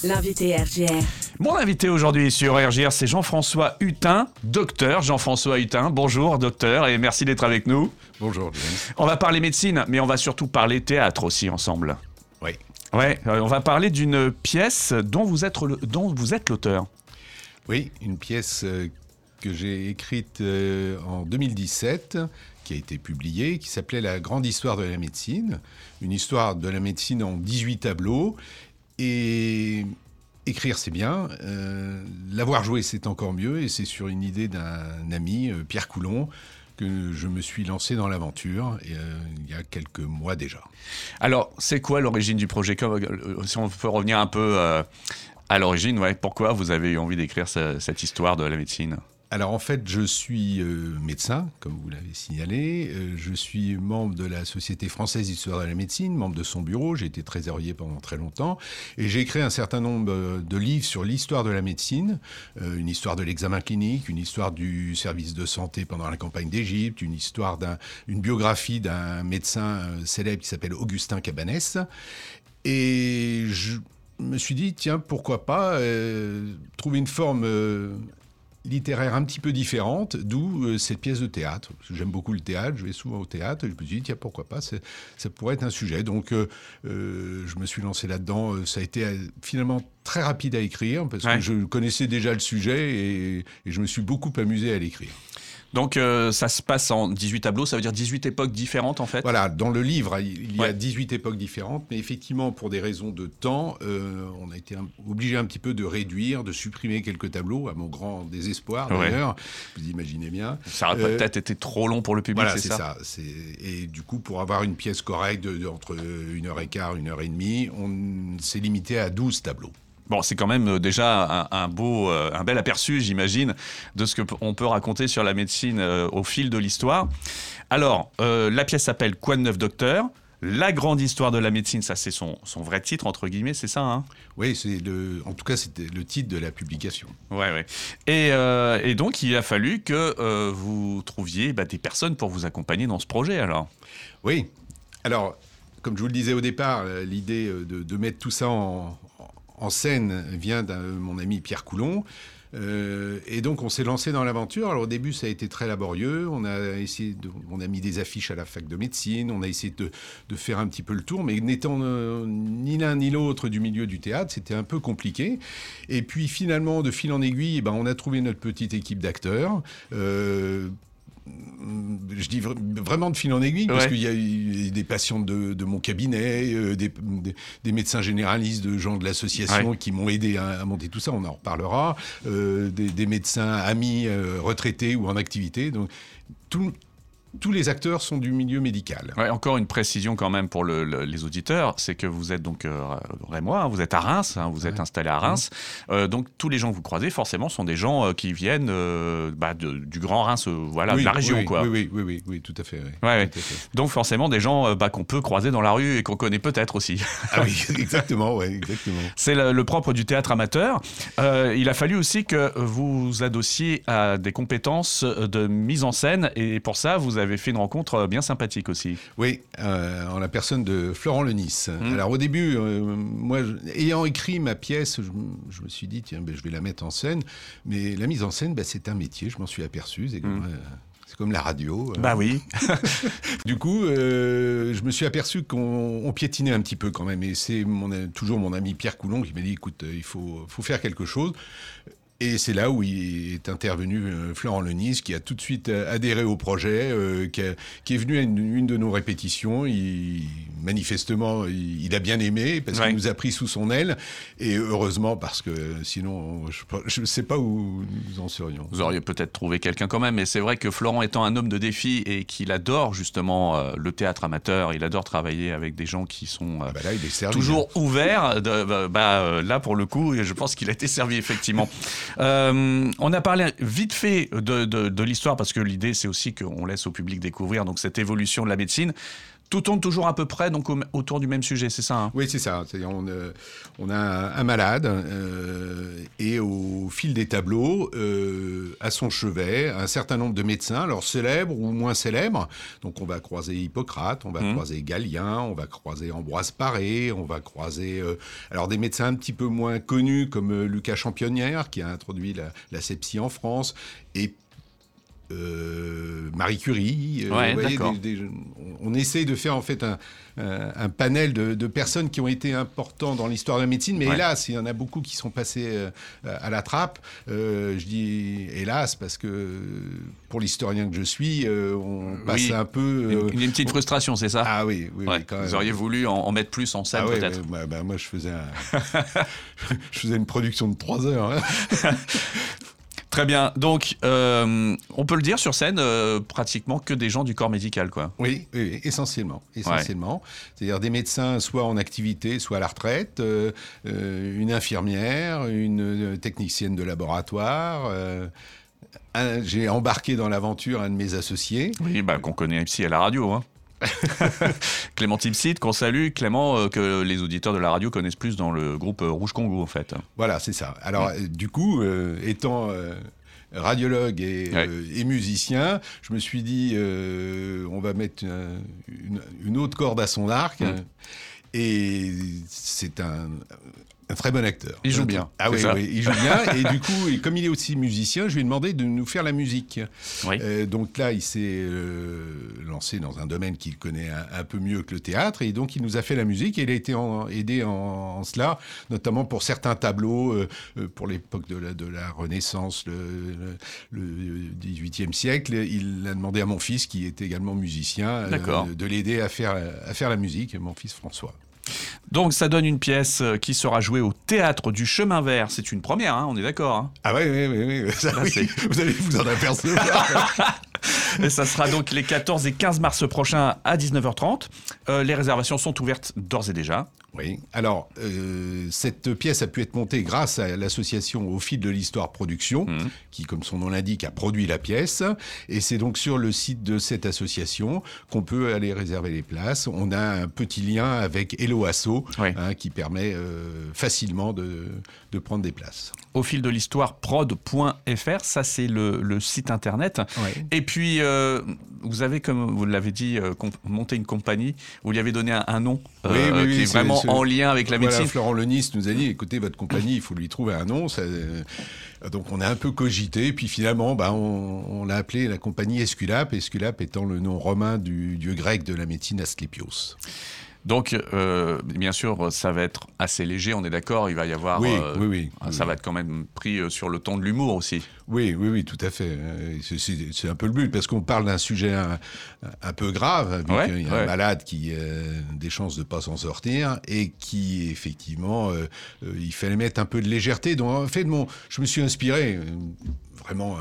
L'invité RJR. Mon invité aujourd'hui sur RJR, c'est Jean-François Hutin, docteur Jean-François Hutin. Bonjour docteur et merci d'être avec nous. Bonjour James. On va parler médecine, mais on va surtout parler théâtre aussi ensemble. Oui. Ouais, on va parler d'une pièce dont vous êtes l'auteur. Oui, une pièce que j'ai écrite en 2017, qui a été publiée, qui s'appelait La grande histoire de la médecine. Une histoire de la médecine en 18 tableaux. Et écrire, c'est bien. L'avoir joué, c'est encore mieux. Et c'est sur une idée d'un ami, Pierre Coulon, que je me suis lancé dans l'aventure il y a quelques mois déjà. Alors, c'est quoi l'origine du projet ? Si on peut revenir un peu à l'origine, pourquoi vous avez eu envie d'écrire cette histoire de la médecine ? Alors en fait, je suis médecin, comme vous l'avez signalé. Je suis membre de la Société française d'histoire de la médecine, membre de son bureau. J'ai été trésorier pendant très longtemps. Et j'ai écrit un certain nombre de livres sur l'histoire de la médecine. Une histoire de l'examen clinique, une histoire du service de santé pendant la campagne d'Égypte, une biographie d'un médecin célèbre qui s'appelle Augustin Cabanès. Et je me suis dit, tiens, pourquoi pas trouver une forme littéraire un petit peu différente, d'où cette pièce de théâtre. Parce que j'aime beaucoup le théâtre, je vais souvent au théâtre, et je me suis dit, tiens, pourquoi pas, ça pourrait être un sujet. Donc, je me suis lancé là-dedans. Ça a été finalement très rapide à écrire, parce que je connaissais déjà le sujet, et je me suis beaucoup amusé à l'écrire. Donc, ça se passe en 18 tableaux, ça veut dire 18 époques différentes, en fait ? Voilà, dans le livre, il y a 18 époques différentes, mais effectivement, pour des raisons de temps, on a été obligé un petit peu de réduire, de supprimer quelques tableaux, à mon grand désespoir, d'ailleurs. Vous imaginez bien. Ça aurait peut-être été trop long pour le public, voilà, c'est ça ? Et du coup, pour avoir une pièce correcte entre 1h15, 1h30, on s'est limité à 12 tableaux. Bon, c'est quand même déjà un bel aperçu, j'imagine, de ce qu'on peut raconter sur la médecine au fil de l'histoire. Alors, la pièce s'appelle « Quoi de neuf, docteur ?» La grande histoire de la médecine, ça c'est son vrai titre, entre guillemets, c'est ça, hein ? Oui, en tout cas, c'était le titre de la publication. Ouais. Et donc, il a fallu que vous trouviez des personnes pour vous accompagner dans ce projet, alors ? Oui. Alors, comme je vous le disais au départ, l'idée de mettre tout ça en scène vient de mon ami Pierre Coulon. Et donc, on s'est lancé dans l'aventure. Alors, au début, ça a été très laborieux. On a mis des affiches à la fac de médecine. On a essayé de faire un petit peu le tour. Mais n'étant ni l'un ni l'autre du milieu du théâtre, c'était un peu compliqué. Et puis, finalement, de fil en aiguille, on a trouvé notre petite équipe d'acteurs. Je dis vraiment de fil en aiguille, parce qu'il y a eu des patients de mon cabinet, des médecins généralistes, de gens de l'association qui m'ont aidé à monter tout ça, on en reparlera, des médecins amis retraités ou en activité. Donc, tous les acteurs sont du milieu médical. Ouais, encore une précision quand même pour les auditeurs, c'est que vous êtes donc rémois, vous êtes à Reims, vous êtes installé à Reims. Donc tous les gens que vous croisez forcément sont des gens qui viennent du Grand Reims, de la région. Oui, tout à fait. Ouais. Tout à fait. Donc forcément des gens qu'on peut croiser dans la rue et qu'on connaît peut-être aussi. Ah oui, exactement. C'est le propre du théâtre amateur. Il a fallu aussi que vous vous adossiez à des compétences de mise en scène, et pour ça vous avez fait une rencontre bien sympathique aussi. Oui, en la personne de Florent Lenis. Alors au début, moi, ayant écrit ma pièce, je me suis dit, tiens, je vais la mettre en scène. Mais la mise en scène, c'est un métier, je m'en suis aperçu. C'est comme la radio. Oui. Du coup, je me suis aperçu qu'on piétinait un petit peu quand même. Et c'est toujours mon ami Pierre Coulon qui m'a dit, écoute, il faut faire quelque chose. Et c'est là où il est intervenu Florent Lenis, qui a tout de suite adhéré au projet, qui est venu à une de nos répétitions. Manifestement, il a bien aimé, parce qu'il nous a pris sous son aile. Et heureusement, parce que sinon, je ne sais pas où nous en serions. Vous auriez peut-être trouvé quelqu'un quand même, mais c'est vrai que Florent étant un homme de défi et qu'il adore justement le théâtre amateur, il adore travailler avec des gens qui sont là, il est servi, toujours ouverts. Là, pour le coup, je pense qu'il a été servi, effectivement. On a parlé vite fait de l'histoire, parce que l'idée c'est aussi qu'on laisse au public découvrir donc cette évolution de la médecine. Tout tourne toujours à peu près donc autour du même sujet, c'est ça, hein? Oui, c'est ça. C'est-à-dire on a un malade et au fil des tableaux, à son chevet, un certain nombre de médecins, alors célèbres ou moins célèbres. Donc on va croiser Hippocrate, on va croiser Galien, on va croiser Ambroise Paré, on va croiser alors des médecins un petit peu moins connus comme Lucas Championnière qui a introduit la sepsie en France et Marie Curie. Ouais, vous voyez, d'accord. on essaie de faire en fait un panel de personnes qui ont été importantes dans l'histoire de la médecine, mais hélas, il y en a beaucoup qui sont passés à la trappe. Je dis hélas parce que pour l'historien que je suis, on passe un peu... Une petite frustration, c'est ça? Ah oui, quand même. Vous auriez voulu en mettre plus en scène, peut-être? Moi, je faisais je faisais une production de 3 heures. Hein. Très bien. Donc, on peut le dire sur scène, pratiquement que des gens du corps médical, quoi. Oui, essentiellement. C'est-à-dire des médecins soit en activité, soit à la retraite, une infirmière, une technicienne de laboratoire. J'ai embarqué dans l'aventure un de mes associés. Oui, qu'on connaît ici à la radio, hein. Clément Tipside, qu'on salue. Clément, que les auditeurs de la radio connaissent plus dans le groupe Rouge Congo, en fait. Voilà, c'est ça. Alors, du coup, étant radiologue et musicien, je me suis dit, on va mettre une autre corde à son arc. Et c'est un très bon acteur. Il joue bien. Ah oui, il joue bien. Et du coup, comme il est aussi musicien, je lui ai demandé de nous faire la musique. Oui. Donc là, il s'est lancé dans un domaine qu'il connaît un peu mieux que le théâtre. Et donc, il nous a fait la musique. Et il a été aidé en cela, notamment pour certains tableaux, pour l'époque de la Renaissance, le XVIIIe siècle. Il a demandé à mon fils, qui est également musicien, de l'aider à faire la musique, mon fils François. Donc ça donne une pièce qui sera jouée au Théâtre du Chemin Vert. C'est une première, hein, on est d'accord, hein? Ah oui. Ça, là, oui. Vous allez vous en apercevoir. Et ça sera donc les 14 et 15 mars prochains à 19h30. Les réservations sont ouvertes d'ores et déjà. Oui. Alors, cette pièce a pu être montée grâce à l'association Au fil de l'histoire production, qui, comme son nom l'indique, a produit la pièce. Et c'est donc sur le site de cette association qu'on peut aller réserver les places. On a un petit lien avec Hello Asso, qui permet facilement de prendre des places. Au fil de l'histoire prod.fr, ça c'est le site internet. Ouais. Et puis, vous avez, comme vous l'avez dit, monté une compagnie, vous lui avez donné un nom qui est vraiment en lien avec la médecine. Voilà, Florent Lenis nous a dit, écoutez, votre compagnie, il faut lui trouver un nom. Donc on a un peu cogité, puis finalement, on l'a appelé la compagnie Esculape, Esculape étant le nom romain du dieu grec de la médecine Asclépios. Donc, bien sûr, ça va être assez léger, on est d'accord, il va y avoir... Oui. Ça va être quand même pris sur le ton de l'humour aussi. Oui, tout à fait. C'est un peu le but, parce qu'on parle d'un sujet un peu grave, vu qu'il y a un malade qui a des chances de ne pas s'en sortir, et qui, effectivement, il fallait mettre un peu de légèreté. Donc, en fait, je me suis inspiré, vraiment...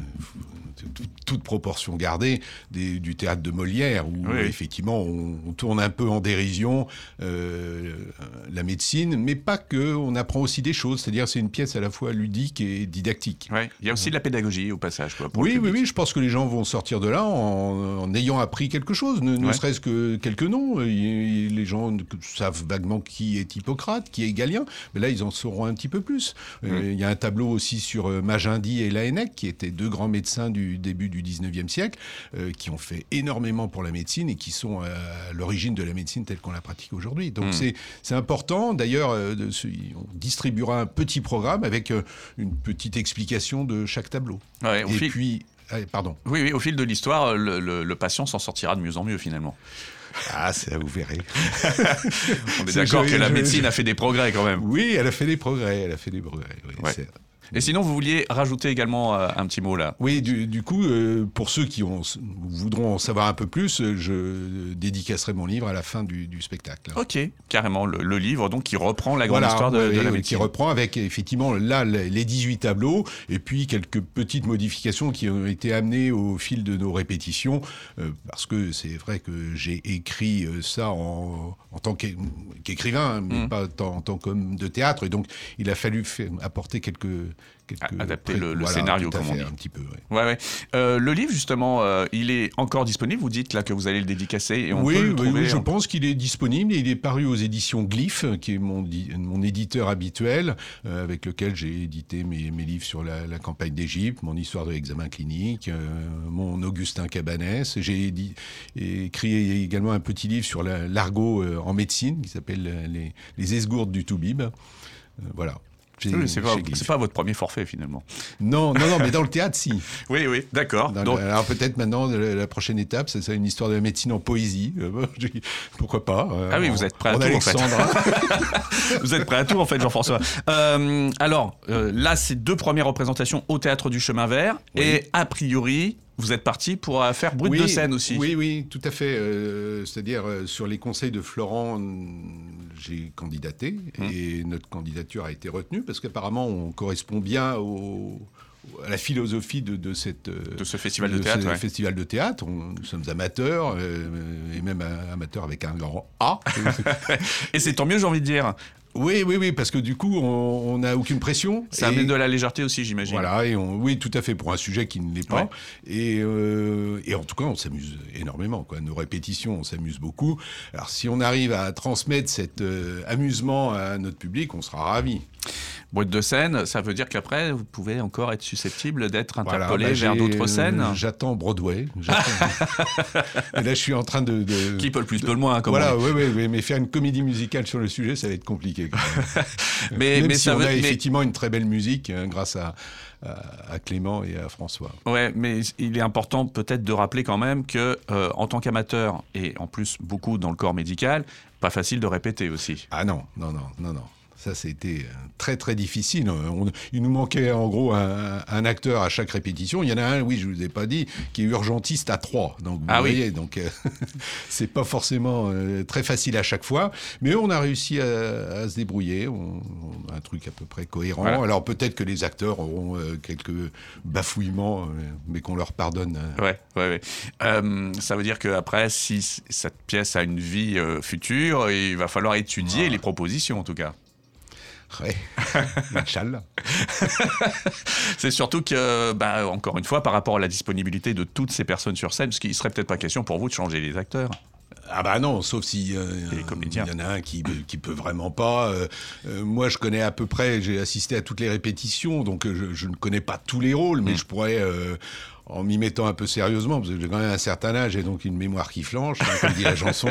toute proportion gardée du théâtre de Molière, où effectivement on tourne un peu en dérision la médecine, mais pas que, on apprend aussi des choses, c'est-à-dire c'est une pièce à la fois ludique et didactique. Ouais. Il y a aussi de la pédagogie au passage. Quoi, oui, je pense que les gens vont sortir de là en ayant appris quelque chose, ne serait-ce que quelques noms. Les gens savent vaguement qui est Hippocrate, qui est Galien, mais là ils en sauront un petit peu plus. Il y a un tableau aussi sur Magendie et Laennec, qui étaient deux grands médecins du début du 19e siècle, qui ont fait énormément pour la médecine et qui sont à l'origine de la médecine telle qu'on la pratique aujourd'hui. Donc c'est important. D'ailleurs, on distribuera un petit programme avec une petite explication de chaque tableau. Ouais, pardon. Oui, au fil de l'histoire, le patient s'en sortira de mieux en mieux finalement. Ah, ça, vous verrez. On est d'accord que la médecine a fait des progrès quand même. Oui, elle a fait des progrès. Oui, ouais. Et sinon, vous vouliez rajouter également un petit mot là. Oui, du coup, pour ceux qui voudront en savoir un peu plus, je dédicacerai mon livre à la fin du spectacle. Ok, carrément, le livre donc, qui reprend la grande histoire de la médecine. Qui reprend avec effectivement là les 18 tableaux et puis quelques petites modifications qui ont été amenées au fil de nos répétitions, parce que c'est vrai que j'ai écrit ça en tant qu'écrivain, mais pas en tant qu'homme de théâtre, et donc il a fallu apporter quelques adapter le scénario, comme on dit. Un petit peu, ouais. Ouais. Le livre, justement, il est encore disponible. Vous dites là que vous allez le dédicacer et on peut le trouver. Oui, je pense qu'il est disponible. Il est paru aux éditions Glyph, qui est mon éditeur habituel, avec lequel j'ai édité mes livres sur la campagne d'Égypte, mon histoire de l'examen clinique, mon Augustin Cabanès. J'ai écrit également un petit livre sur l'argot en médecine qui s'appelle les esgourdes du Toubib. Voilà. Oui, c'est pas votre premier forfait, finalement. Non, mais dans le théâtre, si. Oui, d'accord. Alors peut-être maintenant, la prochaine étape, c'est ça, une histoire de la médecine en poésie. Pourquoi pas oui, vous êtes prêt à tout, Alexandre. En fait. Vous êtes prêt à tout, en fait, Jean-François. Alors, là, c'est 2 premières représentations au Théâtre du Chemin Vert. Oui. Et a priori, vous êtes parti pour faire Brut de scène aussi. Oui, tout à fait. C'est-à-dire, sur les conseils de Florent, j'ai candidaté et notre candidature a été retenue parce qu'apparemment, on correspond bien à la philosophie de ce festival de théâtre. Festival de théâtre. Nous sommes amateurs, et même amateurs avec un grand A. Et c'est tant mieux, j'ai envie de dire. Oui, parce que du coup, on n'a aucune pression. Ça amène de la légèreté aussi, j'imagine. Voilà, oui, tout à fait, pour un sujet qui ne l'est pas. Ouais. Et en tout cas, on s'amuse énormément, quoi. Nos répétitions, on s'amuse beaucoup. Alors, si on arrive à transmettre cet amusement à notre public, on sera ravis. Brut de scène, ça veut dire qu'après, vous pouvez encore être susceptible d'être interpellé vers d'autres scènes. J'attends Broadway. Et là, je suis en train de... Qui peut le plus, peut le moins. Voilà, oui, mais faire une comédie musicale sur le sujet, ça va être compliqué. mais si on a effectivement une très belle musique, grâce à Clément et à François. Ouais, mais il est important peut-être de rappeler quand même que, en tant qu'amateur, et en plus beaucoup dans le corps médical, pas facile de répéter aussi. Ah non. Ça, c'était très, très difficile. Il nous manquait, en gros, un acteur à chaque répétition. Il y en a un, oui, je ne vous ai pas dit, qui est urgentiste à 3. Donc, vous voyez, donc, c'est pas forcément très facile à chaque fois. Mais on a réussi à se débrouiller. On a un truc à peu près cohérent. Voilà. Alors, peut-être que les acteurs auront quelques bafouillements, mais qu'on leur pardonne. Ouais. Ça veut dire qu'après, si cette pièce a une vie future, il va falloir étudier les propositions, en tout cas. Ouais, Inch'Allah. C'est surtout que, encore une fois, par rapport à la disponibilité de toutes ces personnes sur scène, parce qu'il ne serait peut-être pas question pour vous de changer les acteurs. Ah non, sauf si il y en a un qui peut vraiment pas. Moi, je connais à peu près, j'ai assisté à toutes les répétitions, donc je ne connais pas tous les rôles, mais je pourrais... en m'y mettant un peu sérieusement, parce que j'ai quand même un certain âge et donc une mémoire qui flanche, comme dit la chanson,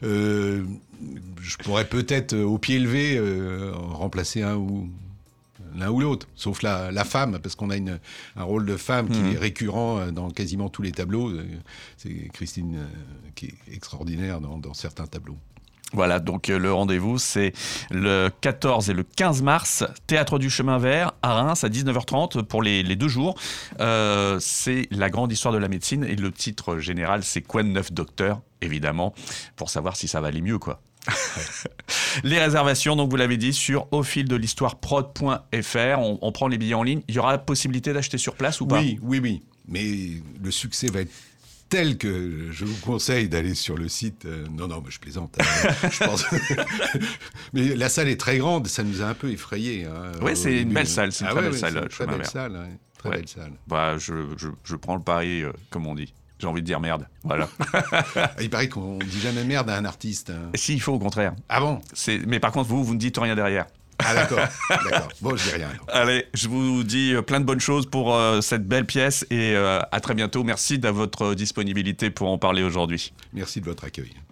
je pourrais peut-être, au pied levé, remplacer l'un ou l'autre, sauf la femme, parce qu'on a un rôle de femme qui est récurrent dans quasiment tous les tableaux. C'est Christine qui est extraordinaire dans certains tableaux. Voilà, donc le rendez-vous, c'est le 14 et le 15 mars, Théâtre du Chemin Vert, à Reims, à 19h30, pour les 2 jours. C'est la grande histoire de la médecine, et le titre général, c'est Quoi de neuf, docteur, évidemment, pour savoir si ça va aller mieux, quoi. Les réservations, donc vous l'avez dit, sur aufildeLhistoireprod.fr. On prend les billets en ligne. Il y aura possibilité d'acheter sur place ou pas ? Oui. Mais le succès va être tel que je vous conseille d'aller sur le site. Non, mais je plaisante. Je pense. Mais la salle est très grande, ça nous a un peu effrayés. Oui, c'est une belle salle. C'est une très belle salle. Très belle salle. Très belle salle. Je prends le pari, comme on dit. J'ai envie de dire merde. Voilà. Il paraît qu'on ne dit jamais merde à un artiste. Si, il faut au contraire. Ah bon ? Mais par contre, vous ne dites rien derrière. Ah d'accord. Bon, je dis rien. Alors. Allez, je vous dis plein de bonnes choses pour cette belle pièce et à très bientôt. Merci de votre disponibilité pour en parler aujourd'hui. Merci de votre accueil.